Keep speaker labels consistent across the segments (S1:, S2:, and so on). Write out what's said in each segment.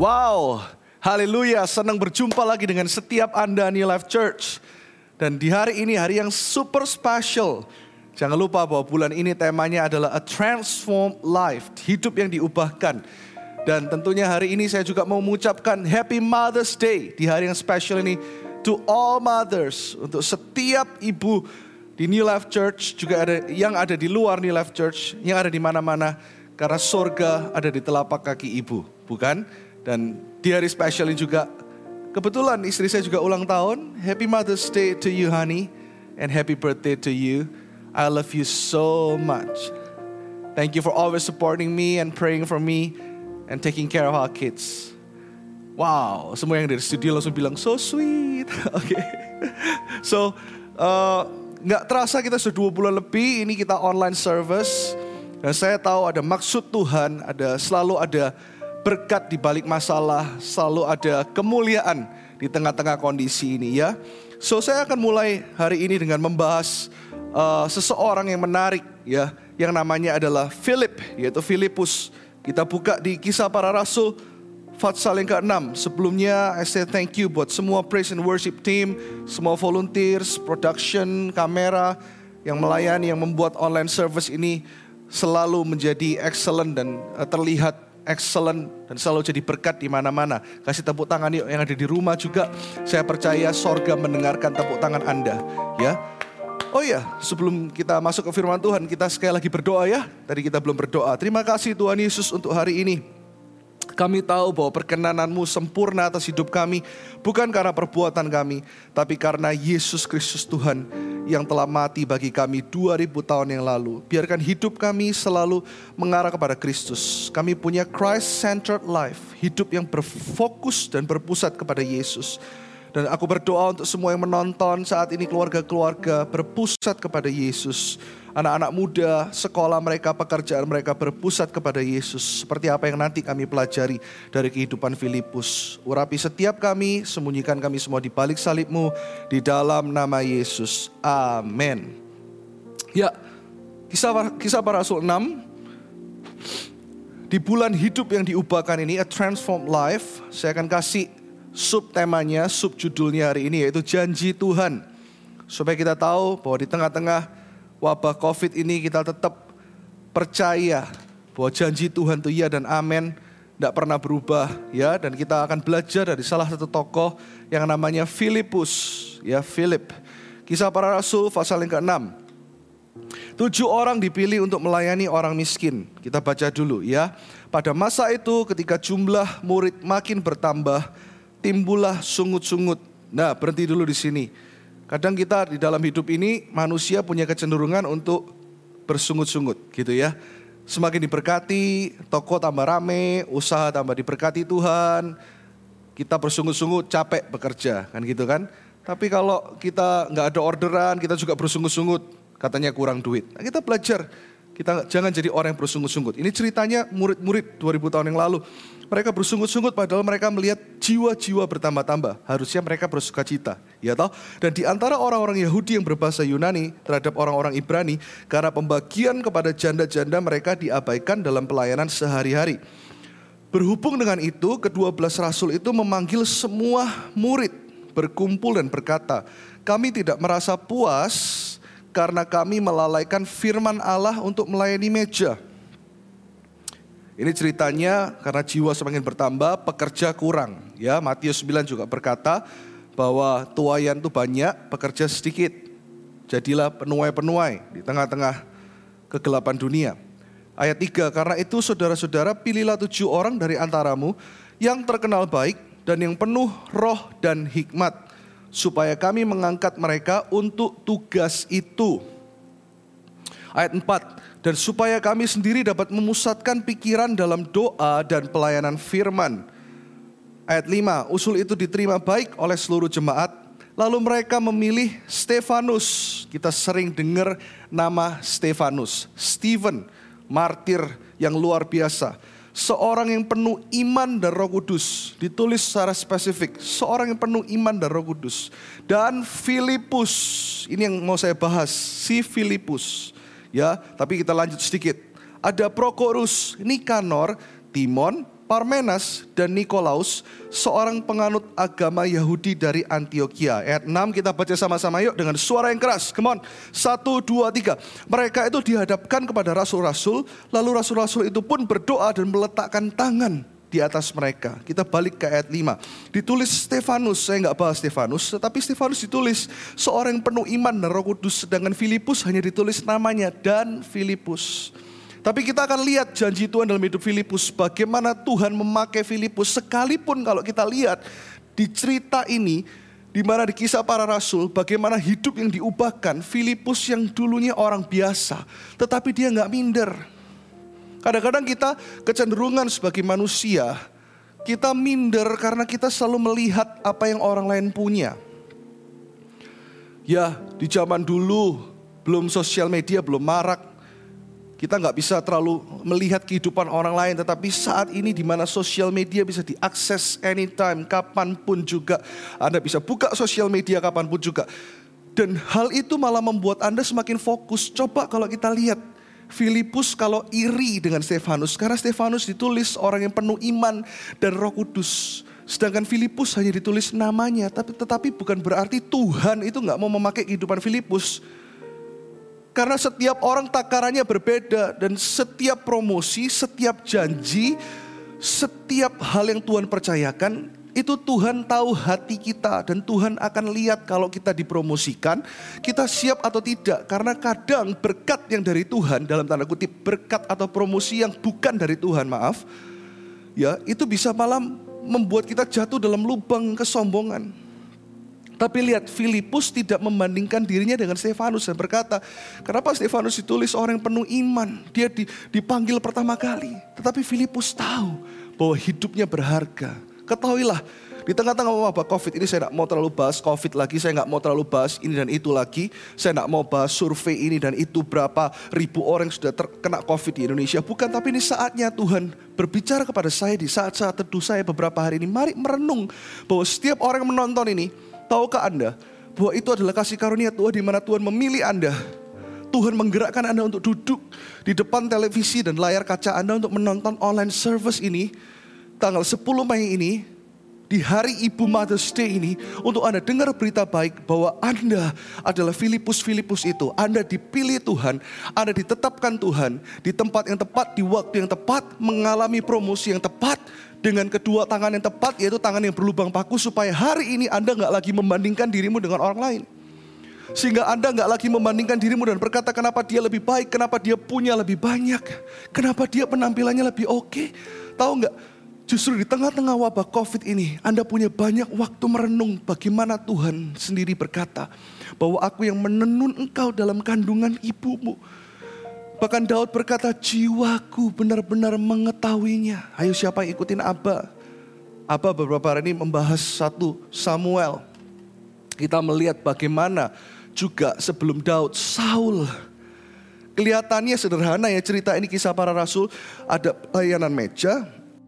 S1: Wow, haleluya, senang berjumpa lagi dengan setiap Anda New Life Church. Dan di hari ini, hari yang super special. Jangan lupa bahwa bulan ini temanya adalah A Transformed Life, hidup yang diubahkan. Dan tentunya hari ini saya juga mau mengucapkan Happy Mother's Day di hari yang special ini to all mothers, untuk setiap ibu di New Life Church, juga ada yang ada di luar New Life Church, yang ada di mana-mana, karena surga ada di telapak kaki ibu, bukan? Dan di hari spesial ini juga, kebetulan istri saya juga ulang tahun. Happy Mother's Day to you, honey, and happy birthday to you. I love you so much. Thank you for always supporting me and praying for me and taking care of our kids. Wow, semua yang dari studio langsung bilang so sweet. Oke. So, nggak terasa kita sudah 2 bulan lebih ini kita online service. Dan saya tahu ada maksud Tuhan, selalu ada berkat di balik masalah, selalu ada kemuliaan di tengah-tengah kondisi ini ya. So saya akan mulai hari ini dengan membahas seseorang yang menarik ya, yang namanya adalah Philip, yaitu Filipus. Kita buka di Kisah Para Rasul Pasal yang ke-6. Sebelumnya I say thank you buat semua praise and worship team, semua volunteers, production, kamera yang melayani, yang membuat online service ini selalu menjadi excellent dan terlihat excellent dan selalu jadi berkat di mana-mana. Kasih tepuk tangan yuk yang ada di rumah juga. Saya percaya sorga mendengarkan tepuk tangan Anda, ya. Oh iya, sebelum kita masuk ke firman Tuhan, kita sekali lagi berdoa ya. Tadi kita belum berdoa. Terima kasih Tuhan Yesus untuk hari ini. Kami tahu bahwa perkenanan-Mu sempurna atas hidup kami, bukan karena perbuatan kami, tapi karena Yesus Kristus Tuhan yang telah mati bagi kami 2000 tahun yang lalu. Biarkan hidup kami selalu mengarah kepada Kristus. Kami punya Christ-centered life, hidup yang berfokus dan berpusat kepada Yesus. Dan aku berdoa untuk semua yang menonton saat ini, keluarga-keluarga berpusat kepada Yesus. Anak-anak muda, sekolah mereka, pekerjaan mereka berpusat kepada Yesus. Seperti apa yang nanti kami pelajari dari kehidupan Filipus. Urapi setiap kami, sembunyikan kami semua di balik salib-Mu, di dalam nama Yesus. Amin. Ya, Kisah Para Rasul 6. Di bulan hidup yang diubahkan ini, A Transformed Life, saya akan kasih subtemanya, subjudulnya hari ini, yaitu Janji Tuhan. Supaya kita tahu bahwa di tengah-tengah wabah COVID ini kita tetap percaya bahwa janji Tuhan itu ya dan amin, tidak pernah berubah ya. Dan kita akan belajar dari salah satu tokoh yang namanya Filipus ya, Philip. Kisah Para Rasul pasal yang ke-6. 7 orang dipilih untuk melayani orang miskin. Kita baca dulu ya. Pada masa itu ketika jumlah murid makin bertambah, timbullah sungut-sungut. Nah, berhenti dulu di sini. Kadang kita di dalam hidup ini manusia punya kecenderungan untuk bersungut-sungut gitu ya. Semakin diberkati, toko tambah rame, usaha tambah diberkati Tuhan. Kita bersungut-sungut, capek bekerja kan gitu kan. Tapi kalau kita nggak ada orderan, kita juga bersungut-sungut, katanya kurang duit. Nah, kita belajar, kita jangan jadi orang yang bersungut-sungut. Ini ceritanya murid-murid 2000 tahun yang lalu. Mereka bersungut-sungut padahal mereka melihat jiwa-jiwa bertambah-tambah. Harusnya mereka bersuka cita, ya toh? Dan di antara orang-orang Yahudi yang berbahasa Yunani terhadap orang-orang Ibrani, karena pembagian kepada janda-janda mereka diabaikan dalam pelayanan sehari-hari. Berhubung dengan itu, ke-12 rasul itu memanggil semua murid berkumpul dan berkata, "Kami tidak merasa puas karena kami melalaikan firman Allah untuk melayani meja." Ini ceritanya karena jiwa semakin bertambah, pekerja kurang. Ya, Matius 9 juga berkata bahwa tuaian itu banyak, pekerja sedikit. Jadilah penuai-penuai di tengah-tengah kegelapan dunia. Ayat 3, karena itu saudara-saudara pilihlah 7 orang dari antaramu yang terkenal baik dan yang penuh roh dan hikmat, supaya kami mengangkat mereka untuk tugas itu. Ayat 4, dan supaya kami sendiri dapat memusatkan pikiran dalam doa dan pelayanan firman. Ayat 5, usul itu diterima baik oleh seluruh jemaat. Lalu mereka memilih Stefanus. Kita sering dengar nama Stefanus. Stephen, martir yang luar biasa. Seorang yang penuh iman dan Roh Kudus. Ditulis secara spesifik, seorang yang penuh iman dan Roh Kudus. Dan Filipus, ini yang mau saya bahas, si Filipus. Ya, tapi kita lanjut sedikit. Ada Prokorus, Nikanor, Timon, Parmenas dan Nikolaus, seorang penganut agama Yahudi dari Antioquia. Ayat 6 kita baca sama-sama yuk dengan suara yang keras. Come on, 1, 2, 3. Mereka itu dihadapkan kepada rasul-rasul, lalu rasul-rasul itu pun berdoa dan meletakkan tangan di atas mereka. Kita balik ke ayat 5. Ditulis Stefanus, saya nggak bahas Stefanus, tetapi Stefanus ditulis seorang yang penuh iman dan Roh Kudus, sedangkan Filipus hanya ditulis namanya dan Filipus. Tapi kita akan lihat janji Tuhan dalam hidup Filipus, bagaimana Tuhan memakai Filipus. Sekalipun kalau kita lihat di cerita ini, di mana di kisah para rasul, bagaimana hidup yang diubahkan. Filipus yang dulunya orang biasa, tetapi dia nggak minder. Kadang-kadang kita kecenderungan sebagai manusia, kita minder karena kita selalu melihat apa yang orang lain punya. Ya, di zaman dulu belum sosial media, belum marak. Kita nggak bisa terlalu melihat kehidupan orang lain, tetapi saat ini di mana sosial media bisa diakses anytime, kapanpun juga. Anda bisa buka sosial media kapanpun juga. Dan hal itu malah membuat Anda semakin fokus. Coba kalau kita lihat Filipus kalau iri dengan Stefanus, karena Stefanus ditulis orang yang penuh iman dan Roh Kudus. Sedangkan Filipus hanya ditulis namanya, tetapi bukan berarti Tuhan itu nggak mau memakai kehidupan Filipus. Karena setiap orang takarannya berbeda, dan setiap promosi, setiap janji, setiap hal yang Tuhan percayakan, itu Tuhan tahu hati kita. Dan Tuhan akan lihat kalau kita dipromosikan, kita siap atau tidak. Karena kadang berkat yang dari Tuhan, dalam tanda kutip berkat atau promosi yang bukan dari Tuhan, maaf, ya, itu bisa malah membuat kita jatuh dalam lubang kesombongan. Tapi lihat, Filipus tidak membandingkan dirinya dengan Stefanus dan berkata, kenapa Stefanus ditulis orang yang penuh iman, dia dipanggil pertama kali. Tetapi Filipus tahu bahwa hidupnya berharga. Ketahuilah, di tengah-tengah wabah COVID ini saya tidak mau terlalu bahas COVID lagi, saya tidak mau terlalu bahas ini dan itu lagi. Saya tidak mau bahas survei ini dan itu, berapa ribu orang yang sudah terkena COVID di Indonesia. Bukan, tapi ini saatnya Tuhan berbicara kepada saya di saat-saat teduh saya beberapa hari ini. Mari merenung bahwa setiap orang yang menonton ini, tahukah Anda bahwa itu adalah kasih karunia Tuhan, di mana Tuhan memilih Anda. Tuhan menggerakkan Anda untuk duduk di depan televisi dan layar kaca Anda untuk menonton online service ini. Tanggal 10 Mei ini, di hari Ibu Mother's Day ini, untuk Anda dengar berita baik bahwa Anda adalah Filipus-Filipus itu. Anda dipilih Tuhan, Anda ditetapkan Tuhan di tempat yang tepat, di waktu yang tepat, mengalami promosi yang tepat, dengan kedua tangan yang tepat, yaitu tangan yang berlubang paku, supaya hari ini Anda gak lagi membandingkan dirimu dengan orang lain. Sehingga Anda gak lagi membandingkan dirimu dan berkata, kenapa dia lebih baik, kenapa dia punya lebih banyak, kenapa dia penampilannya lebih oke. Tahu gak, justru di tengah-tengah wabah COVID ini, Anda punya banyak waktu merenung bagaimana Tuhan sendiri berkata, bahwa aku yang menenun engkau dalam kandungan ibumu. Bahkan Daud berkata, jiwaku benar-benar mengetahuinya. Ayo, siapa yang ikutin Abba? Abba beberapa hari ini membahas 1 Samuel. Kita melihat bagaimana juga sebelum Daud, Saul. Kelihatannya sederhana ya cerita ini, kisah para rasul. Ada pelayanan meja,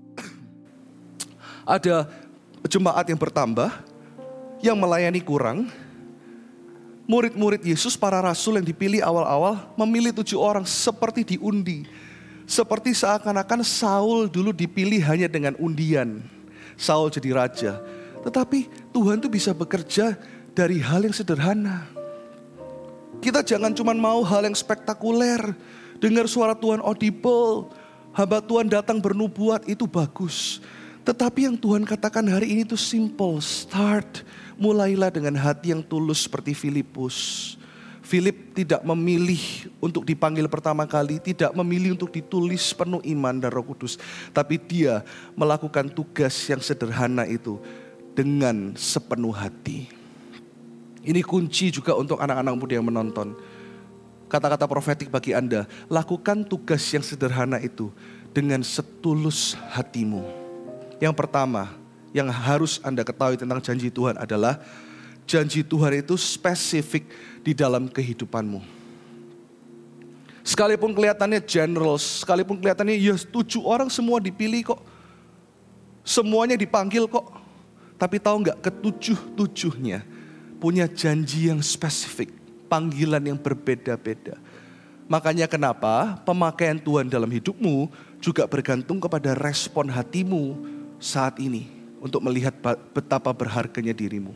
S1: ada jemaat yang bertambah, yang melayani kurang. Murid-murid Yesus, para rasul yang dipilih awal-awal, memilih 7 orang seperti diundi. Seperti seakan-akan Saul dulu dipilih hanya dengan undian. Saul jadi raja. Tetapi Tuhan tuh bisa bekerja dari hal yang sederhana. Kita jangan cuma mau hal yang spektakuler. Dengar suara Tuhan audible, hamba Tuhan datang bernubuat, itu bagus. Tetapi yang Tuhan katakan hari ini tuh simple. Start. Mulailah dengan hati yang tulus seperti Filipus. Filip tidak memilih untuk dipanggil pertama kali, tidak memilih untuk ditulis penuh iman dan Roh Kudus, tapi dia melakukan tugas yang sederhana itu dengan sepenuh hati. Ini kunci juga untuk anak-anak muda yang menonton. Kata-kata profetik bagi Anda, lakukan tugas yang sederhana itu dengan setulus hatimu. Yang pertama, yang harus Anda ketahui tentang janji Tuhan adalah janji Tuhan itu spesifik di dalam kehidupanmu. Sekalipun kelihatannya general, sekalipun kelihatannya ya 7 orang semua dipilih kok, semuanya dipanggil kok. Tapi tahu gak, ketujuh-tujuhnya punya janji yang spesifik, panggilan yang berbeda-beda. Makanya kenapa pemakaian Tuhan dalam hidupmu juga bergantung kepada respon hatimu saat ini untuk melihat betapa berharganya dirimu.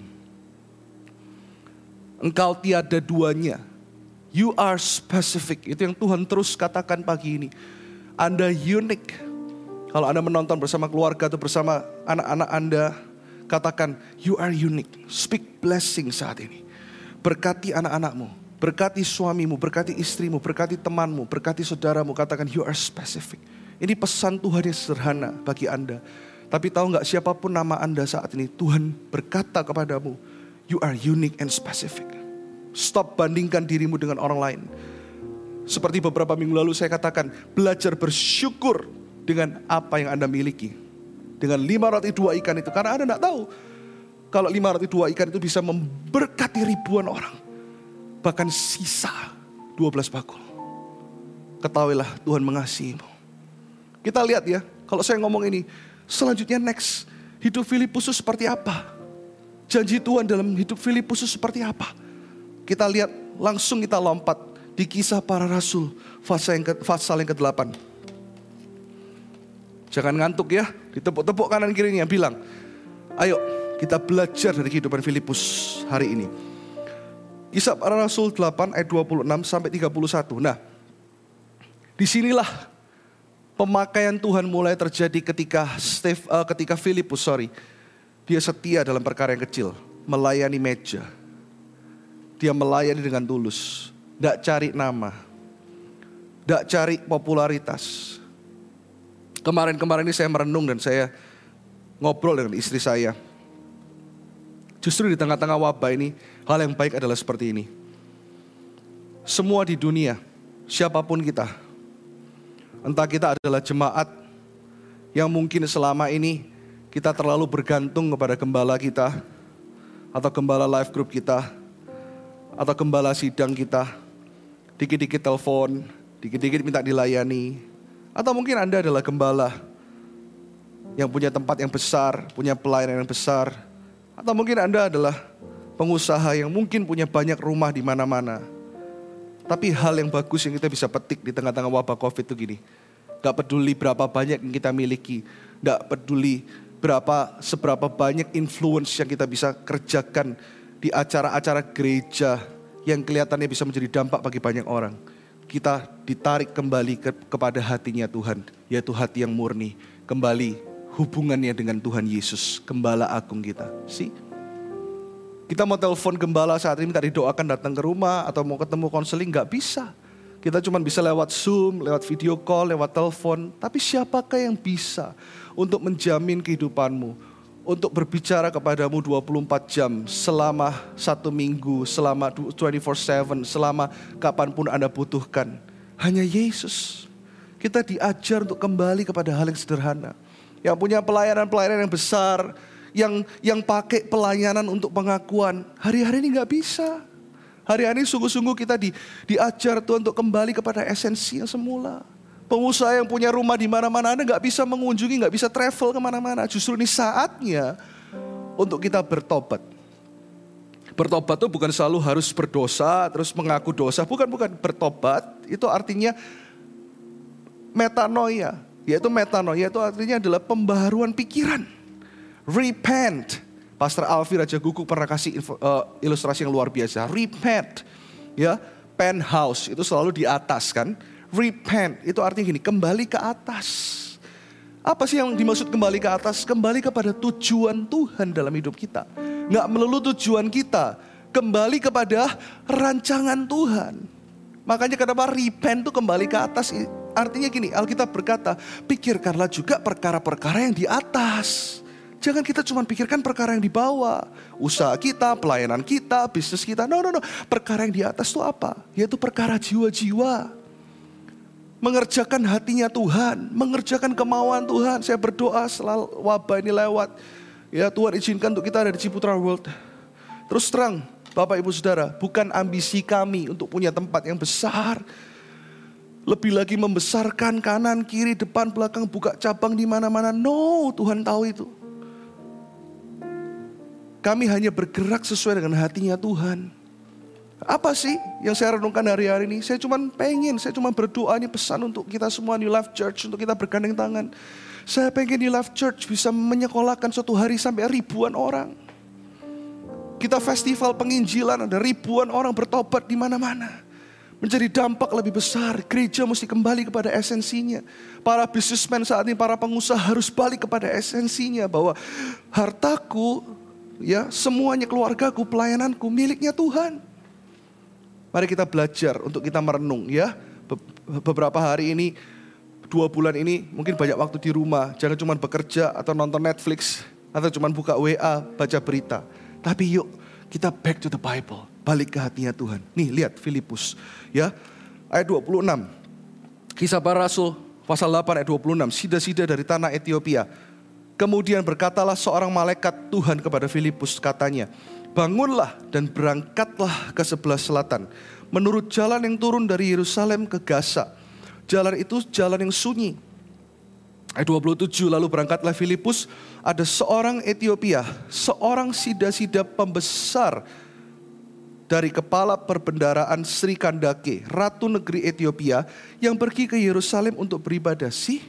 S1: Engkau tiada duanya. You are specific. Itu yang Tuhan terus katakan pagi ini. Anda unik. Kalau Anda menonton bersama keluarga atau bersama anak-anak Anda, katakan you are unique. Speak blessing saat ini. Berkati anak-anakmu, berkati suamimu, berkati istrimu, berkati temanmu, berkati saudaramu. Katakan you are specific. Ini pesan Tuhan yang sederhana bagi Anda. Tapi tahu gak, siapapun nama Anda saat ini, Tuhan berkata kepadamu, you are unique and specific. Stop bandingkan dirimu dengan orang lain. Seperti beberapa minggu lalu saya katakan, belajar bersyukur dengan apa yang Anda miliki. Dengan 5 roti 2 ikan itu. Karena Anda gak tahu, kalau 5 roti 2 ikan itu bisa memberkati ribuan orang. Bahkan sisa 12 bakul. Ketahuilah Tuhan mengasihimu. Kita lihat ya, kalau saya ngomong ini, selanjutnya next, hidup Filipus itu seperti apa? Janji Tuhan dalam hidup Filipus itu seperti apa? Kita lihat, langsung kita lompat di Kisah Para Rasul, pasal yang ke-8. Jangan ngantuk ya, ditepuk-tepuk kanan kirinya, bilang, ayo kita belajar dari kehidupan Filipus hari ini. Kisah Para Rasul 8 ayat 26 sampai 31. Nah, disinilah pemakaian Tuhan mulai terjadi ketika Filipus, dia setia dalam perkara yang kecil, melayani meja. Dia melayani dengan tulus, tidak cari nama, tidak cari popularitas. Kemarin ini saya merenung dan saya ngobrol dengan istri saya. Justru di tengah-tengah wabah ini, hal yang baik adalah seperti ini. Semua di dunia, siapapun kita, entah kita adalah jemaat yang mungkin selama ini kita terlalu bergantung kepada gembala kita, atau gembala life group kita, atau gembala sidang kita, dikit-dikit telepon, dikit-dikit minta dilayani. Atau mungkin Anda adalah gembala yang punya tempat yang besar, punya pelayanan yang besar. Atau mungkin Anda adalah pengusaha yang mungkin punya banyak rumah di mana-mana. Tapi hal yang bagus yang kita bisa petik di tengah-tengah wabah COVID itu gini. Gak peduli berapa banyak yang kita miliki. Gak peduli seberapa banyak influence yang kita bisa kerjakan di acara-acara gereja yang kelihatannya bisa menjadi dampak bagi banyak orang. Kita ditarik kembali kepada hatinya Tuhan, yaitu hati yang murni. Kembali hubungannya dengan Tuhan Yesus, Gembala Agung kita. Kita mau telepon gembala saat ini, minta didoakan datang ke rumah, atau mau ketemu konseling, gak bisa. Kita cuma bisa lewat Zoom, lewat video call, lewat telepon. Tapi siapakah yang bisa untuk menjamin kehidupanmu, untuk berbicara kepadamu 24 jam, selama 1 minggu, selama 24/7, selama kapanpun Anda butuhkan. Hanya Yesus. Kita diajar untuk kembali kepada hal yang sederhana. Yang punya pelayanan-pelayanan yang besar, yang pakai pelayanan untuk pengakuan, hari-hari ini gak bisa. Hari-hari sungguh-sungguh kita diajar Tuhan untuk kembali kepada esensi yang semula. Pengusaha yang punya rumah di mana-mana, Anda gak bisa mengunjungi, gak bisa travel kemana-mana. Justru ini saatnya untuk kita bertobat. Bertobat itu bukan selalu harus berdosa, terus mengaku dosa. Bukan. Bertobat itu artinya metanoia. Yaitu metanoia itu artinya adalah pembaharuan pikiran. Repent. Pastor Alfi Raja Guguk pernah kasih ilustrasi yang luar biasa. Repent. Ya, penthouse itu selalu di atas kan. Repent itu artinya gini, kembali ke atas. Apa sih yang dimaksud kembali ke atas? Kembali kepada tujuan Tuhan dalam hidup kita. Gak melulu tujuan kita, kembali kepada rancangan Tuhan. Makanya kenapa repent itu kembali ke atas. Artinya gini, Alkitab berkata, pikirkanlah juga perkara-perkara yang di atas. Jangan kita cuma pikirkan perkara yang di bawah. Usaha kita, pelayanan kita, bisnis kita. No. Perkara yang di atas itu apa? Yaitu perkara jiwa-jiwa. Mengerjakan hatinya Tuhan. Mengerjakan kemauan Tuhan. Saya berdoa setelah wabah ini lewat. Ya Tuhan izinkan untuk kita ada di Ciputra World. Terus terang, Bapak Ibu Saudara, bukan ambisi kami untuk punya tempat yang besar. Lebih lagi membesarkan kanan, kiri, depan, belakang, buka cabang di mana-mana. No, Tuhan tahu itu. Kami hanya bergerak sesuai dengan hatinya Tuhan. Apa sih yang saya renungkan hari-hari ini? Saya cuma berdoa, ini pesan untuk kita semua New Life Church, untuk kita bergandeng tangan. Saya pengen New Life Church bisa menyekolahkan suatu hari sampai ribuan orang. Kita festival penginjilan, ada ribuan orang bertobat di mana-mana. Menjadi dampak lebih besar, gereja mesti kembali kepada esensinya. Para businessman saat ini, para pengusaha harus balik kepada esensinya. Bahwa hartaku, ya semuanya, keluargaku, pelayananku, miliknya Tuhan. Mari kita belajar untuk kita merenung ya. Beberapa hari ini, 2 bulan ini mungkin banyak waktu di rumah. Jangan cuma bekerja atau nonton Netflix. Atau cuma buka WA, baca berita. Tapi yuk kita back to the Bible. Balik ke hatinya Tuhan. Nih lihat Filipus ya. Ayat 26. Kisah para Rasul pasal 8 ayat 26. Sida-sida dari tanah Ethiopia. Kemudian berkatalah seorang malaikat Tuhan kepada Filipus, katanya, bangunlah dan berangkatlah ke sebelah selatan, menurut jalan yang turun dari Yerusalem ke Gaza. Jalan itu jalan yang sunyi. Ayat 27, lalu berangkatlah Filipus, ada seorang Ethiopia, seorang sida-sida pembesar dari kepala perbendaraan Sri Kandake, ratu negeri Ethiopia, yang pergi ke Yerusalem untuk beribadah.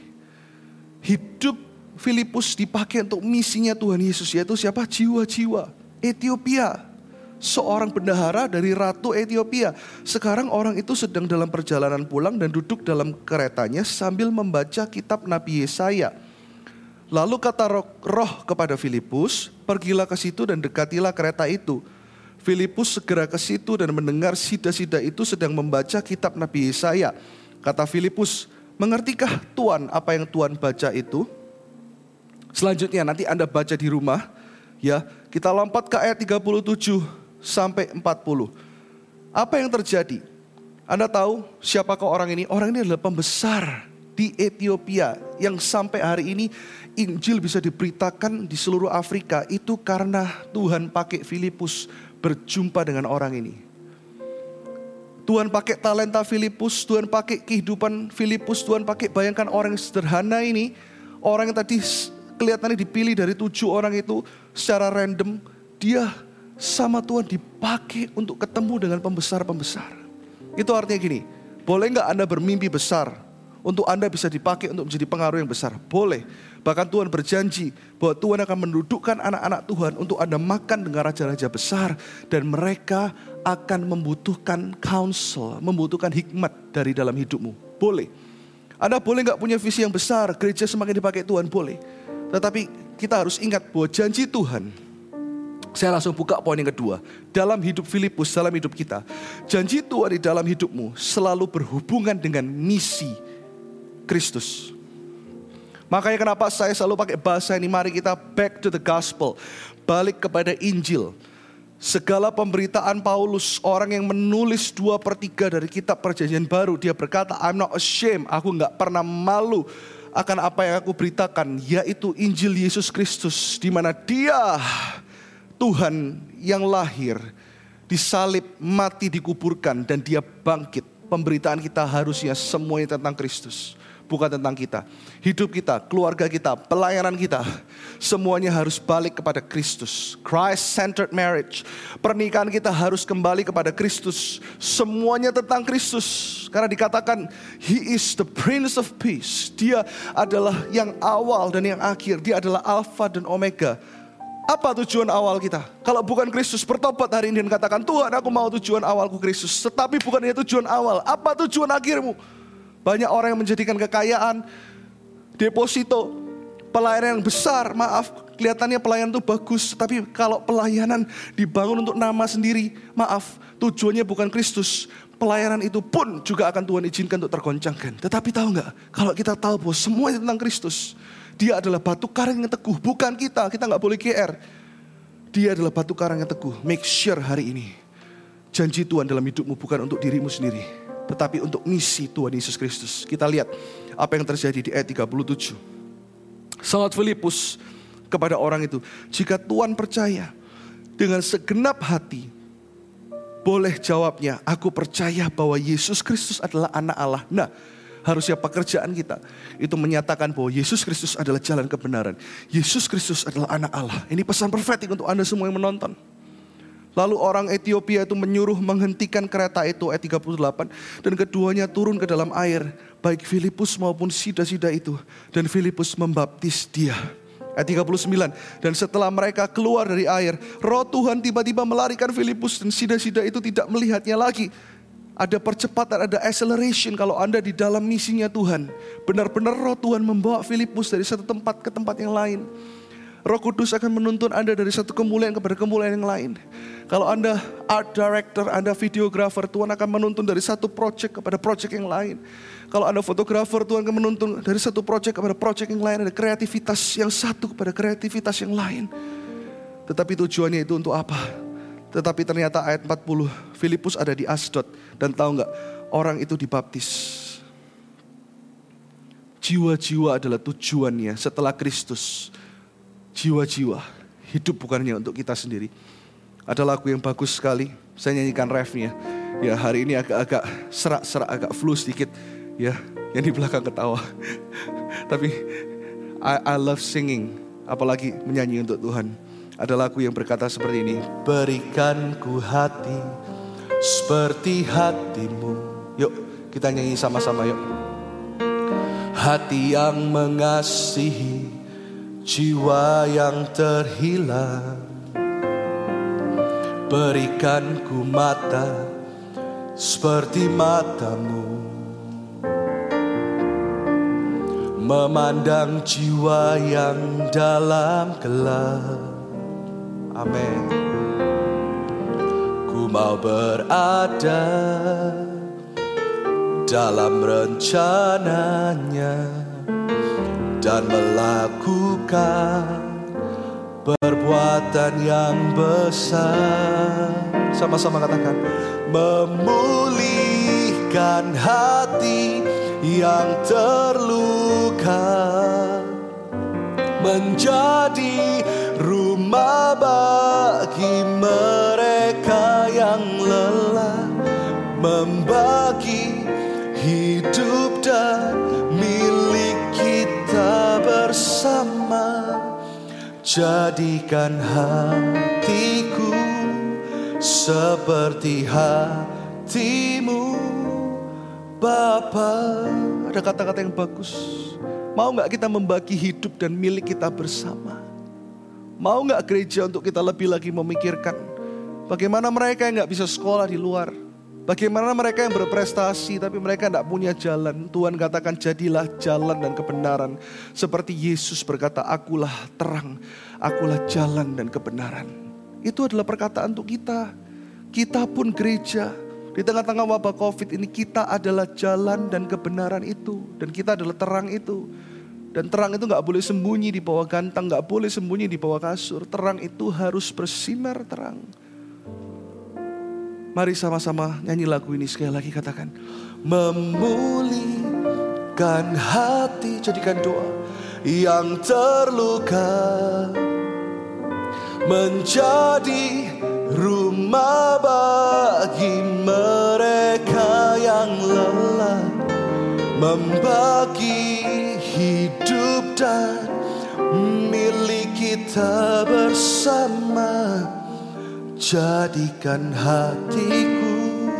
S1: Hidup Filipus dipakai untuk misinya Tuhan Yesus, yaitu siapa? Jiwa-jiwa. Ethiopia, seorang bendahara dari ratu Ethiopia. Sekarang orang itu sedang dalam perjalanan pulang dan duduk dalam keretanya sambil membaca kitab Nabi Yesaya. Lalu kata roh kepada Filipus, pergilah ke situ dan dekatilah kereta itu. Filipus segera ke situ dan mendengar sida-sida itu sedang membaca kitab Nabi Yesaya. Kata Filipus, mengertikah Tuan apa yang Tuan baca itu? Selanjutnya nanti Anda baca di rumah. Ya, kita lompat ke ayat 37 sampai 40. Apa yang terjadi? Anda tahu siapakah orang ini? Orang ini adalah pembesar di Ethiopia yang sampai hari ini Injil bisa diberitakan di seluruh Afrika. Itu karena Tuhan pakai Filipus berjumpa dengan orang ini. Tuhan pakai talenta Filipus, Tuhan pakai kehidupan Filipus, Tuhan pakai, bayangkan orang yang sederhana ini, orang yang tadi kelihatannya dipilih dari 7 orang itu secara random, dia sama Tuhan dipakai untuk ketemu dengan pembesar-pembesar. Itu artinya gini, boleh gak Anda bermimpi besar untuk Anda bisa dipakai untuk menjadi pengaruh yang besar? Boleh. Bahkan Tuhan berjanji bahwa Tuhan akan mendudukkan anak-anak Tuhan untuk Anda makan dengan raja-raja besar. Dan mereka akan membutuhkan counsel, membutuhkan hikmat dari dalam hidupmu. Boleh. Anda boleh gak punya visi yang besar, gereja semakin dipakai Tuhan, boleh. Tetapi kita harus ingat bahwa janji Tuhan, saya langsung buka poin yang kedua. Dalam hidup Filipus, dalam hidup kita, janji Tuhan di dalam hidupmu selalu berhubungan dengan misi Kristus. Makanya kenapa saya selalu pakai bahasa ini, mari kita back to the gospel. Balik kepada Injil. Segala pemberitaan Paulus, orang yang menulis 2/3 dari kitab Perjanjian Baru, dia berkata, I'm not ashamed, aku gak pernah malu akan apa yang aku beritakan, yaitu Injil Yesus Kristus, di mana Dia Tuhan yang lahir, disalib, mati, dikuburkan, dan Dia bangkit. Pemberitaan kita harusnya semuanya tentang Kristus, bukan tentang kita. Hidup kita, keluarga kita, pelayanan kita, semuanya harus balik kepada Kristus. Christ-centered marriage. Pernikahan kita harus kembali kepada Kristus. Semuanya tentang Kristus. Karena dikatakan, He is the Prince of Peace. Dia adalah yang awal dan yang akhir. Dia adalah Alpha dan Omega. Apa tujuan awal kita? Kalau bukan Kristus, bertobat hari ini dan katakan, Tuhan, aku mau tujuan awalku Kristus. Tetapi bukan hanya tujuan awal. Apa tujuan akhirmu? Banyak orang yang menjadikan kekayaan, deposito, pelayanan yang besar. Maaf, kelihatannya pelayanan itu bagus. Tapi kalau pelayanan dibangun untuk nama sendiri, maaf, tujuannya bukan Kristus. Pelayanan itu pun juga akan Tuhan izinkan untuk tergoncangkan. Tetapi tahu gak, kalau kita tahu bahwa semuanya tentang Kristus, Dia adalah batu karang yang teguh. Bukan kita gak boleh GR. Dia adalah batu karang yang teguh. Make sure hari ini, janji Tuhan dalam hidupmu bukan untuk dirimu sendiri, tetapi untuk misi Tuhan Yesus Kristus. Kita lihat apa yang terjadi di ayat 37. Sangat Filipus kepada orang itu, jika Tuhan percaya dengan segenap hati, boleh jawabnya, aku percaya bahwa Yesus Kristus adalah anak Allah. Nah, harusnya pekerjaan kita itu menyatakan bahwa Yesus Kristus adalah jalan kebenaran. Yesus Kristus adalah anak Allah. Ini pesan profetik untuk Anda semua yang menonton. Lalu orang Ethiopia itu menyuruh menghentikan kereta itu, ayat 38. Dan keduanya turun ke dalam air, baik Filipus maupun sida-sida itu. Dan Filipus membaptis dia. Ayat 39. Dan setelah mereka keluar dari air, Roh Tuhan tiba-tiba melarikan Filipus dan sida-sida itu tidak melihatnya lagi. Ada percepatan, ada acceleration kalau Anda di dalam misinya Tuhan. Benar-benar Roh Tuhan membawa Filipus dari satu tempat ke tempat yang lain. Roh Kudus akan menuntun Anda dari satu kemuliaan kepada kemuliaan yang lain. Kalau Anda art director, Anda videographer, Tuhan akan menuntun dari satu project kepada project yang lain. Kalau Anda fotografer, Tuhan akan menuntun dari satu project kepada project yang lain. Ada kreativitas yang satu kepada kreativitas yang lain. Tetapi tujuannya itu untuk apa? Tetapi ternyata ayat 40, Filipus ada di Asdod. Dan tahu nggak, orang itu dibaptis. Jiwa-jiwa adalah tujuannya setelah Kristus. Jiwa-jiwa, hidup bukannya untuk kita sendiri. Ada lagu yang bagus sekali, saya nyanyikan refnya. Ya, hari ini agak-agak serak-serak, agak flu sedikit. Ya, yang di belakang ketawa. Tapi I love singing, apalagi menyanyi untuk Tuhan. Ada lagu yang berkata seperti ini. Berikan ku hati seperti hatimu. Yuk, kita nyanyi sama-sama yuk. Hati yang mengasihi, jiwa yang terhilang. Berikan ku mata seperti matamu, memandang jiwa yang dalam gelap. Amin. Ku mau berada dalam rencananya dan melakukan perbuatan yang besar. Sama-sama katakan. Memulihkan hati yang terluka, menjadi rumah bagi mereka yang lelah, membagi hidup dan milik kita bersama. Jadikan hatiku seperti hatimu, Bapa. Ada kata-kata yang bagus. Mau gak kita membagi hidup dan milik kita bersama? Mau gak gereja untuk kita lebih lagi memikirkan bagaimana mereka yang gak bisa sekolah di luar, bagaimana mereka yang berprestasi tapi mereka gak punya jalan. Tuhan katakan jadilah jalan dan kebenaran. Seperti Yesus berkata, akulah terang, akulah jalan dan kebenaran. Itu adalah perkataan untuk kita. Kita pun gereja di tengah-tengah wabah COVID ini, kita adalah jalan dan kebenaran itu. Dan kita adalah terang itu. Dan terang itu gak boleh sembunyi di bawah gantang, gak boleh sembunyi di bawah kasur. Terang itu harus bersinar terang. Mari sama-sama nyanyi lagu ini sekali lagi, katakan. Memulihkan hati, jadikan doa yang terluka, menjadi rumah bagi mereka yang lelah, membagi hidup dan milik kita bersama. Jadikan hatiku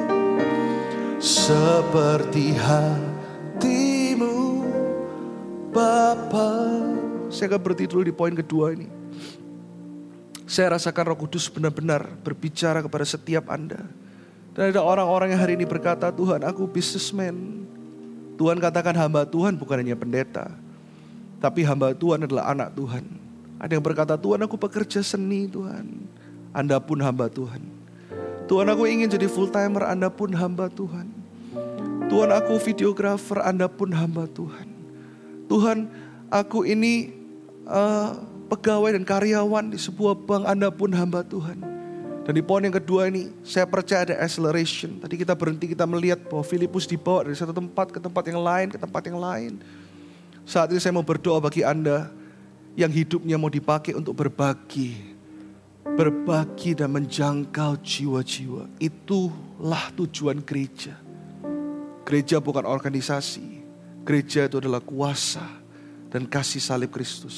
S1: seperti hatimu, Bapa. Saya akan berhenti dulu di poin kedua ini. Saya rasakan Roh Kudus benar-benar berbicara kepada setiap Anda. Dan ada orang-orang yang hari ini berkata, Tuhan, aku businessman. Tuhan katakan hamba Tuhan bukan hanya pendeta, tapi hamba Tuhan adalah anak Tuhan. Ada yang berkata, Tuhan, aku pekerja seni, Tuhan. Anda pun hamba Tuhan. Tuhan, aku ingin jadi full timer, Anda pun hamba Tuhan. Tuhan, aku videographer, Anda pun hamba Tuhan. Tuhan, aku ini pegawai dan karyawan di sebuah bank, Anda pun hamba Tuhan. Dan di poin yang kedua ini, saya percaya ada acceleration. Tadi kita berhenti, kita melihat bahwa Filipus dibawa dari satu tempat ke tempat yang lain, ke tempat yang lain. Saat ini saya mau berdoa bagi Anda yang hidupnya mau dipakai untuk berbagi dan menjangkau jiwa-jiwa. Itulah tujuan gereja. Gereja bukan organisasi. Gereja itu adalah kuasa dan kasih salib Kristus.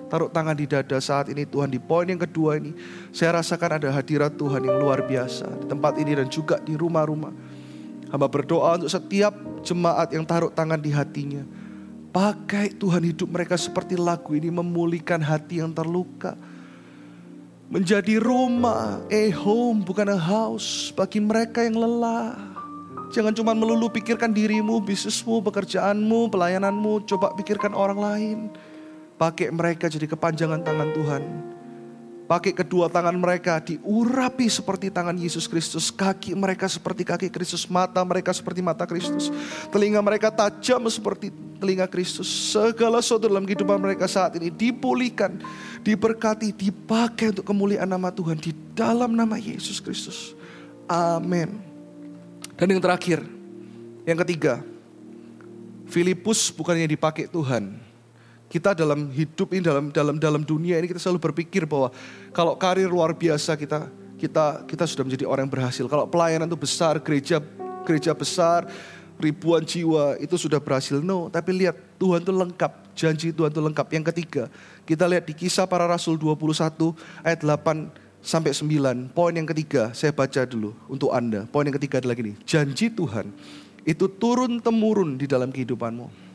S1: taruh tangan di dada saat ini Tuhan. Di poin yang kedua ini, saya rasakan ada hadirat Tuhan yang luar biasa di tempat ini dan juga di rumah-rumah. Hamba berdoa untuk setiap jemaat yang taruh tangan di hatinya. Pakai Tuhan hidup mereka seperti lagu ini, memulihkan hati yang terluka. Menjadi rumah, a home bukan a house, bagi mereka yang lelah. Jangan cuma melulu pikirkan dirimu, bisnismu, pekerjaanmu, pelayananmu. Coba pikirkan orang lain. Pakai mereka jadi kepanjangan tangan Tuhan. Pakai kedua tangan mereka diurapi seperti tangan Yesus Kristus. Kaki mereka seperti kaki Kristus. Mata mereka seperti mata Kristus. Telinga mereka tajam seperti telinga Kristus. Segala sesuatu dalam kehidupan mereka saat ini dipulihkan, diberkati, dipakai untuk kemuliaan nama Tuhan. Di dalam nama Yesus Kristus. Amin. Dan yang terakhir, yang ketiga, Filipus bukannya dipakai Tuhan. Kita dalam hidup ini, dalam dunia ini kita selalu berpikir bahwa kalau karir luar biasa kita sudah menjadi orang yang berhasil. Kalau pelayanan itu besar, gereja besar, ribuan jiwa itu sudah berhasil. No, tapi lihat Tuhan itu lengkap, janji Tuhan itu lengkap. Yang ketiga, kita lihat di Kisah Para Rasul 21 ayat 8 sampai 9. Poin yang ketiga, saya baca dulu untuk Anda. Poin yang ketiga adalah gini, janji Tuhan itu turun-temurun di dalam kehidupanmu.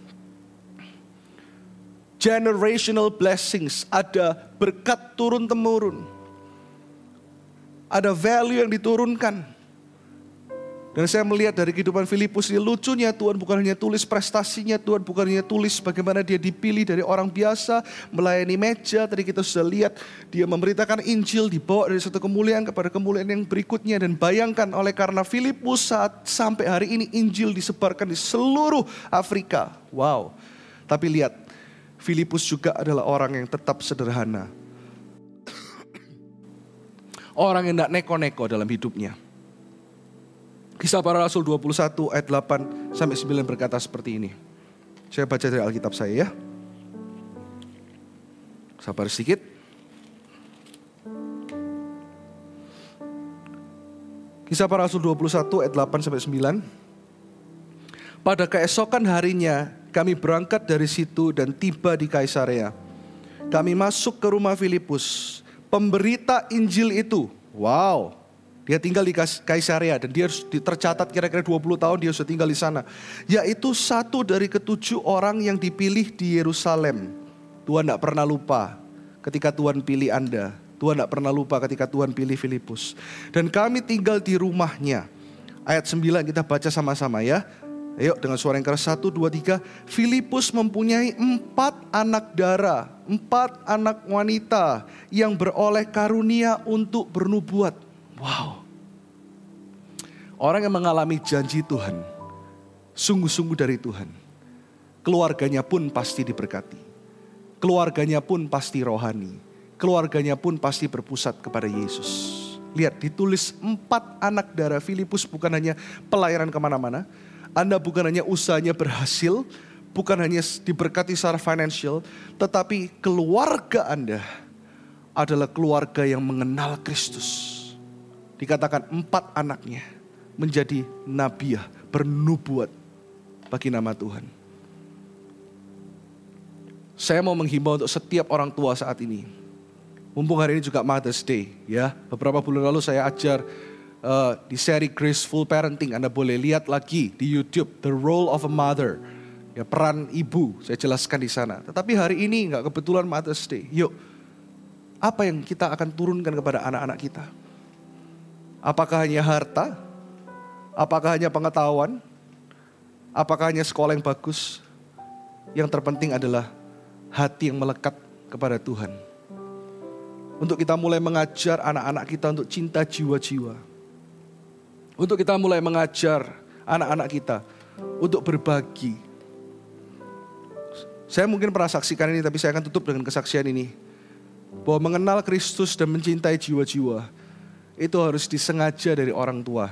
S1: Generational blessings, ada berkat turun-temurun. Ada value yang diturunkan. Dan saya melihat dari kehidupan Filipus ini, lucunya Tuhan bukan hanya tulis prestasinya, Tuhan bukan hanya tulis bagaimana dia dipilih dari orang biasa, melayani meja, tadi kita sudah lihat, dia memberitakan Injil, dibawa dari satu kemuliaan kepada kemuliaan yang berikutnya. Dan bayangkan oleh karena Filipus saat sampai hari ini Injil disebarkan di seluruh Afrika. Wow. Tapi lihat, Filipus juga adalah orang yang tetap sederhana. Orang yang tidak neko-neko dalam hidupnya. Kisah Para Rasul 21 ayat 8 sampai 9 berkata seperti ini. Saya baca dari Alkitab saya ya. Sabar sedikit. Kisah Para Rasul 21 ayat 8 sampai 9. Pada keesokan harinya kami berangkat dari situ dan tiba di Kaisarea. Kami masuk ke rumah Filipus, pemberita Injil itu. Wow, dia tinggal di Kaisarea dan dia tercatat kira-kira 20 tahun dia sudah tinggal di sana. Yaitu satu dari ke-7 orang yang dipilih di Yerusalem. Tuhan tidak pernah lupa ketika Tuhan pilih Anda. Tuhan tidak pernah lupa ketika Tuhan pilih Filipus. Dan kami tinggal di rumahnya. Ayat 9 kita baca sama-sama ya. Ayo dengan suara yang keras, 1, 2, 3. Filipus mempunyai 4 anak darah, 4 anak wanita yang beroleh karunia untuk bernubuat. Wow. Orang yang mengalami janji Tuhan, sungguh-sungguh dari Tuhan. Keluarganya pun pasti diberkati. Keluarganya pun pasti rohani. Keluarganya pun pasti berpusat kepada Yesus. Lihat ditulis 4 anak darah. Filipus bukan hanya pelayanan kemana-mana. Anda bukan hanya usahanya berhasil, bukan hanya diberkati secara financial, tetapi keluarga Anda adalah keluarga yang mengenal Kristus. Dikatakan 4 anaknya menjadi nabiah, bernubuat bagi nama Tuhan. Saya mau menghimbau untuk setiap orang tua saat ini. Mumpung hari ini juga Mother's Day, ya. Beberapa bulan lalu saya ajar di seri Graceful Parenting. Anda boleh lihat lagi di YouTube, The Role of a Mother. Ya, peran ibu, saya jelaskan di sana. Tetapi hari ini nggak kebetulan Mother's Day. Yuk, apa yang kita akan turunkan kepada anak-anak kita? Apakah hanya harta? Apakah hanya pengetahuan? Apakah hanya sekolah yang bagus? Yang terpenting adalah hati yang melekat kepada Tuhan. Untuk kita mulai mengajar anak-anak kita untuk cinta jiwa-jiwa. Untuk kita mulai mengajar anak-anak kita untuk berbagi. Saya mungkin pernah saksikan ini, tapi saya akan tutup dengan kesaksian ini. Bahwa mengenal Kristus dan mencintai jiwa-jiwa, itu harus disengaja dari orang tua.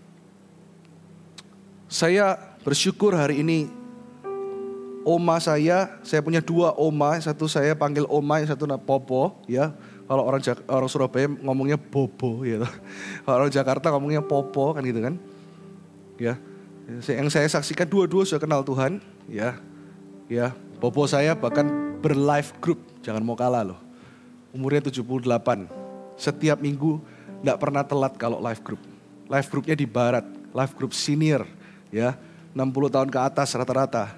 S1: Saya bersyukur hari ini, oma saya punya 2 oma, satu saya panggil oma, yang satu Popo, ya. Kalau orang Surabaya ngomongnya Bobo, ya. Kalau orang Jakarta ngomongnya Popo, kan gitu kan. Ya. Yang saya saksikan dua-dua sudah kenal Tuhan, ya. Ya, Bobo saya bahkan berlife group. Jangan mau kalah loh. Umurnya 78. Setiap minggu gak pernah telat kalau life group. Life groupnya di barat, life group senior. Ya, 60 tahun ke atas rata-rata.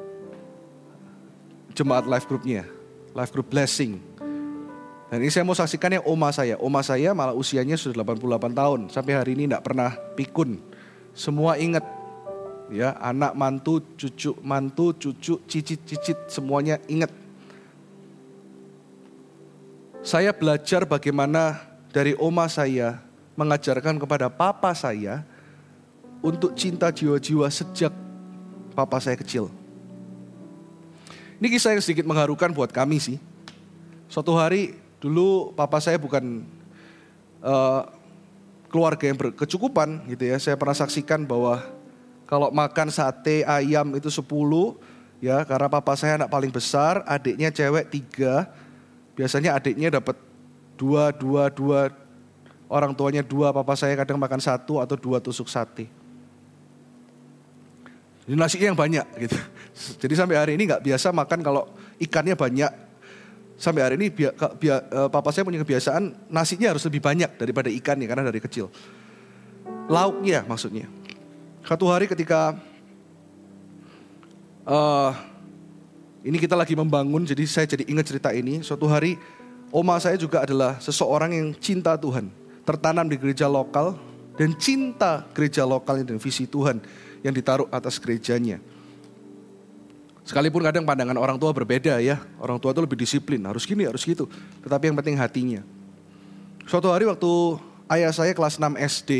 S1: Jemaat life groupnya, life group blessing. Dan ini saya mau saksikan yang oma saya. Oma saya malah usianya sudah 88 tahun. Sampai hari ini gak pernah pikun. Semua ingat. Ya, anak, mantu, cucu, cicit, semuanya ingat. Saya belajar bagaimana dari oma saya mengajarkan kepada papa saya untuk cinta jiwa-jiwa sejak papa saya kecil. Ini kisah yang sedikit mengharukan buat kami sih. Suatu hari dulu papa saya bukan keluarga yang berkecukupan gitu ya. Saya pernah saksikan bahwa kalau makan sate ayam itu 10 ya, karena papa saya anak paling besar, adiknya cewek 3. Biasanya adiknya dapat 2, orang tuanya 2, papa saya kadang makan 1 atau 2 tusuk sate. Jadi nasinya yang banyak gitu. Jadi sampai hari ini gak biasa makan kalau ikannya banyak. Sampai hari ini papa saya punya kebiasaan nasinya harus lebih banyak daripada ikannya karena dari kecil. Lauknya maksudnya. Satu hari ketika ini kita lagi membangun, jadi saya jadi ingat cerita ini. Suatu hari oma saya juga adalah seseorang yang cinta Tuhan, tertanam di gereja lokal dan cinta gereja lokalnya dan visi Tuhan yang ditaruh atas gerejanya. Sekalipun kadang pandangan orang tua berbeda ya, orang tua itu lebih disiplin, harus gini, harus gitu. Tetapi yang penting hatinya. Suatu hari waktu ayah saya kelas 6 SD,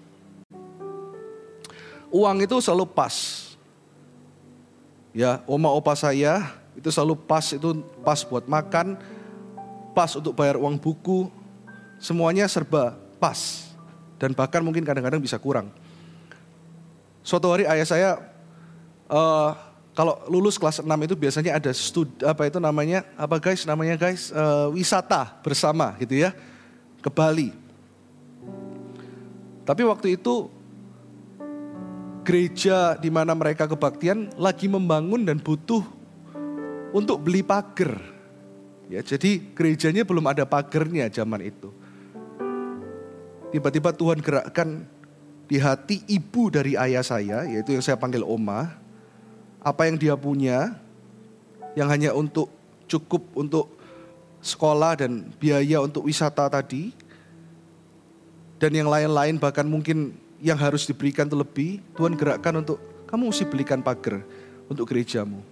S1: uang itu selalu pas. Ya, oma opa saya itu selalu pas buat makan, pas untuk bayar uang buku, semuanya serba pas. Dan bahkan mungkin kadang-kadang bisa kurang. Suatu hari ayah saya kalau lulus kelas 6 itu biasanya ada wisata bersama gitu ya, ke Bali. Tapi waktu itu gereja di mana mereka kebaktian lagi membangun dan butuh untuk beli pagar. Ya, jadi gerejanya belum ada pagernya zaman itu. Tiba-tiba Tuhan gerakkan di hati ibu dari ayah saya, yaitu yang saya panggil oma, apa yang dia punya, yang hanya cukup untuk sekolah dan biaya untuk wisata tadi, dan yang lain-lain bahkan mungkin yang harus diberikan itu lebih, Tuhan gerakkan untuk kamu mesti belikan pagar untuk gerejamu.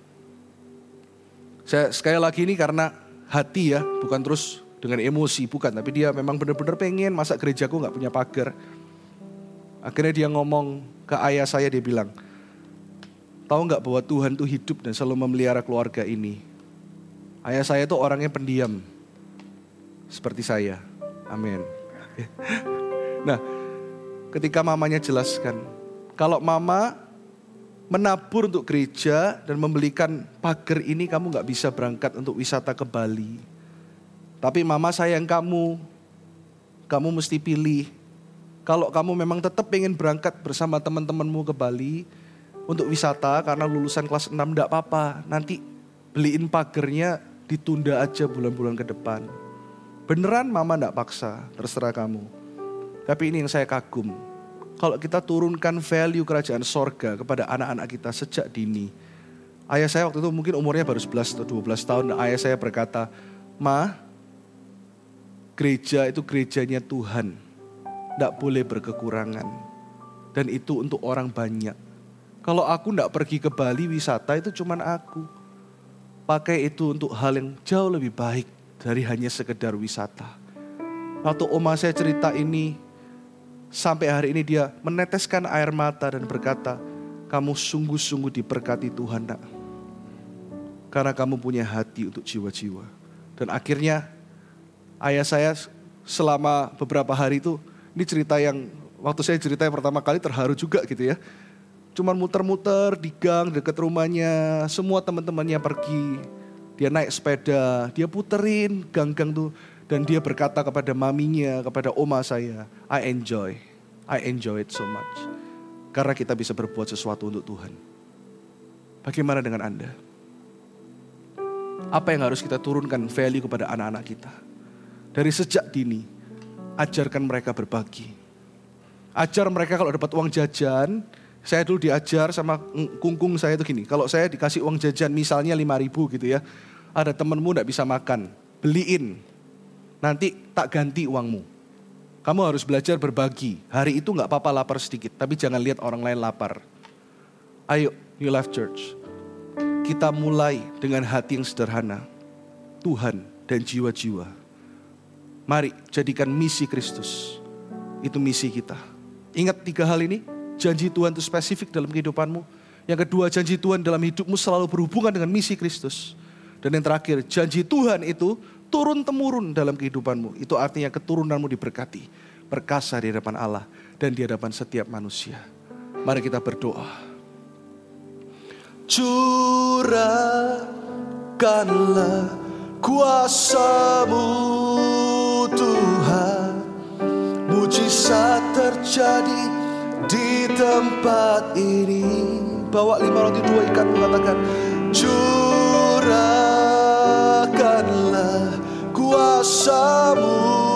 S1: Saya sekali lagi ini karena hati ya, bukan terus dengan emosi, bukan, tapi dia memang benar-benar pengen, masa gerejaku gak punya pagar. Akhirnya dia ngomong ke ayah saya, dia bilang, tahu gak bahwa Tuhan tuh hidup dan selalu memelihara keluarga ini. Ayah saya tuh orangnya pendiam, seperti saya, amin. Nah, ketika mamanya jelaskan, kalau mama menabur untuk gereja dan membelikan pagar ini, kamu gak bisa berangkat untuk wisata ke Bali. Tapi mama sayang kamu mesti pilih. Kalau kamu memang tetap pengen berangkat bersama teman-temanmu ke Bali untuk wisata karena lulusan kelas 6 gak apa-apa. Nanti beliin pagernya ditunda aja bulan-bulan ke depan. Beneran mama gak paksa, terserah kamu. Tapi ini yang saya kagum. Kalau kita turunkan value kerajaan sorga kepada anak-anak kita sejak dini. Ayah saya waktu itu mungkin umurnya baru 11 atau 12 tahun. Ayah saya berkata, Ma, gereja itu gerejanya Tuhan. Tidak boleh berkekurangan. Dan itu untuk orang banyak. Kalau aku tidak pergi ke Bali wisata itu cuman aku. Pakai itu untuk hal yang jauh lebih baik dari hanya sekedar wisata. Waktu oma saya cerita ini, sampai hari ini dia meneteskan air mata dan berkata, kamu sungguh-sungguh diberkati Tuhan nak. Karena kamu punya hati untuk jiwa-jiwa. Dan akhirnya ayah saya selama beberapa hari itu, ini cerita yang waktu saya cerita yang pertama kali terharu juga gitu ya. Cuman muter-muter di gang dekat rumahnya, semua teman-temannya pergi. Dia naik sepeda, dia puterin gang-gang tuh. Dan dia berkata kepada maminya, kepada oma saya, I enjoy it so much. Karena kita bisa berbuat sesuatu untuk Tuhan. Bagaimana dengan Anda? Apa yang harus kita turunkan value kepada anak-anak kita. Dari sejak dini, ajarkan mereka berbagi. Ajar mereka kalau dapat uang jajan, saya dulu diajar sama kungkung saya itu gini, kalau saya dikasih uang jajan misalnya 5.000 gitu ya, ada temenmu gak bisa makan, beliin, nanti tak ganti uangmu. Kamu harus belajar berbagi, hari itu gak apa-apa lapar sedikit, tapi jangan lihat orang lain lapar. Ayo New Life Church, kita mulai dengan hati yang sederhana, Tuhan dan jiwa-jiwa. Mari jadikan misi Kristus, itu misi kita. Ingat 3 hal ini, janji Tuhan itu spesifik dalam kehidupanmu. Yang kedua, janji Tuhan dalam hidupmu selalu berhubungan dengan misi Kristus. Dan yang terakhir, janji Tuhan itu turun-temurun dalam kehidupanmu. Itu artinya keturunanmu diberkati, perkasa di hadapan Allah dan di hadapan setiap manusia. Mari kita berdoa. Curahkanlah kuasa-Mu Tuhan, mujizat terjadi di tempat ini. Bawa 5 roti 2 ikan, mengatakan curahkanlah kuasa-Mu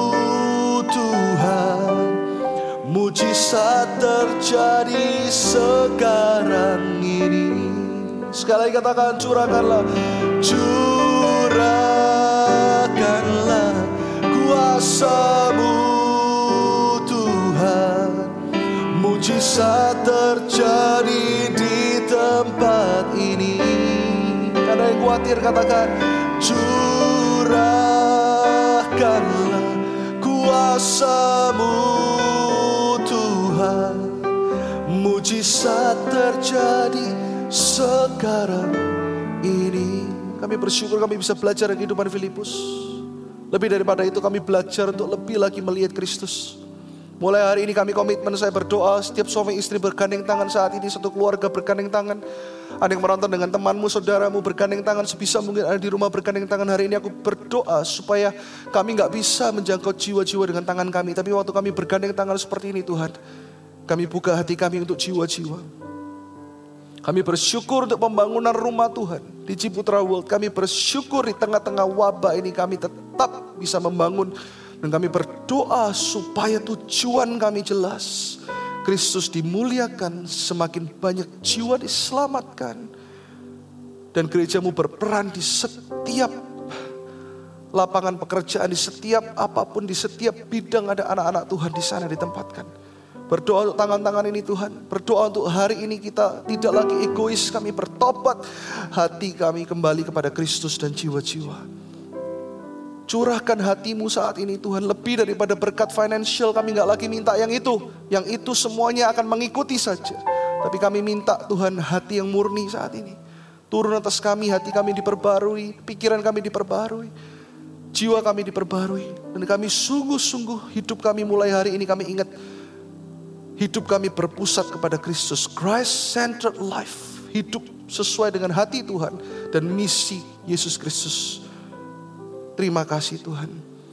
S1: Tuhan, mujizat terjadi sekarang ini. Sekali lagi katakan curahkanlah, curahkanlah kuasa-Mu Tuhan, mujizat terjadi di tempat ini. Ada yang khawatir katakan curahkanlah kuasa-Mu Tuhan, mujizat terjadi sekarang ini. Kami bersyukur kami bisa belajar dari kehidupan Filipus. Lebih daripada itu kami belajar untuk lebih lagi melihat Kristus. Mulai hari ini kami komitmen, saya berdoa setiap suami istri bergandeng tangan saat ini, satu keluarga bergandeng tangan. Ada yang menonton dengan temanmu, saudaramu bergandeng tangan, sebisa mungkin ada di rumah bergandeng tangan. Hari ini aku berdoa supaya kami gak bisa menjangkau jiwa-jiwa dengan tangan kami, tapi waktu kami bergandeng tangan seperti ini Tuhan, kami buka hati kami untuk jiwa-jiwa. Kami bersyukur untuk pembangunan rumah Tuhan di Ciputra World. Kami bersyukur di tengah-tengah wabah ini kami tetap bisa membangun. Dan kami berdoa supaya tujuan kami jelas. Kristus dimuliakan, semakin banyak jiwa diselamatkan. Dan gerejamu berperan di setiap lapangan pekerjaan, di setiap apapun, di setiap bidang ada anak-anak Tuhan di sana ditempatkan. Berdoa untuk tangan-tangan ini Tuhan. Berdoa untuk hari ini kita tidak lagi egois. Kami bertobat. Hati kami kembali kepada Kristus dan jiwa-jiwa. Curahkan hatimu saat ini Tuhan. Lebih daripada berkat financial, kami gak lagi minta yang itu. Yang itu semuanya akan mengikuti saja. Tapi kami minta Tuhan hati yang murni saat ini. Turun atas kami, hati kami diperbarui. Pikiran kami diperbarui. Jiwa kami diperbarui. Dan kami sungguh-sungguh hidup kami mulai hari ini kami ingat. Hidup kami berpusat kepada Kristus. Christ-centered life. Hidup sesuai dengan hati Tuhan. Dan misi Yesus Kristus. Terima kasih Tuhan.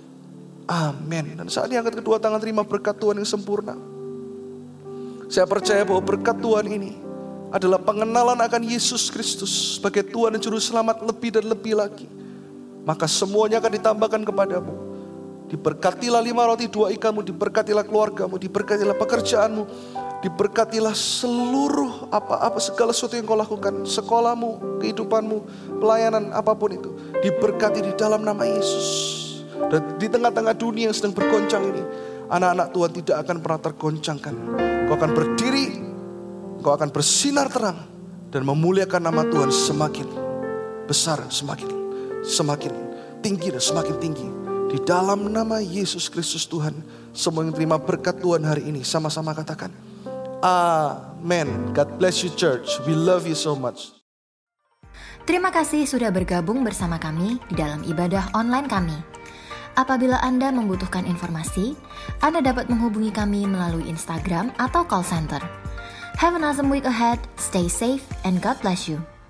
S1: Amin. Dan saat ini angkat kedua tangan, terima berkat Tuhan yang sempurna. Saya percaya bahwa berkat Tuhan ini adalah pengenalan akan Yesus Kristus sebagai Tuhan dan Juru Selamat lebih dan lebih lagi. Maka semuanya akan ditambahkan kepadamu. Diberkatilah 5 roti 2 ikanmu, diberkatilah keluargamu, diberkatilah pekerjaanmu, diberkatilah seluruh apa-apa segala sesuatu yang kau lakukan, sekolahmu, kehidupanmu, pelayanan apapun itu, diberkati di dalam nama Yesus. Dan di tengah-tengah dunia yang sedang bergoncang ini, anak-anak Tuhan tidak akan pernah tergoncangkan. Kau akan berdiri, kau akan bersinar terang dan memuliakan nama Tuhan semakin besar, semakin tinggi dan semakin tinggi. Di dalam nama Yesus Kristus Tuhan, semua yang terima berkat Tuhan hari ini sama-sama katakan amen. God bless you church. We love you so much.
S2: Terima kasih sudah bergabung bersama kami di dalam ibadah online kami. Apabila Anda membutuhkan informasi, Anda dapat menghubungi kami melalui Instagram atau call center. Have an awesome week ahead, stay safe, and God bless you.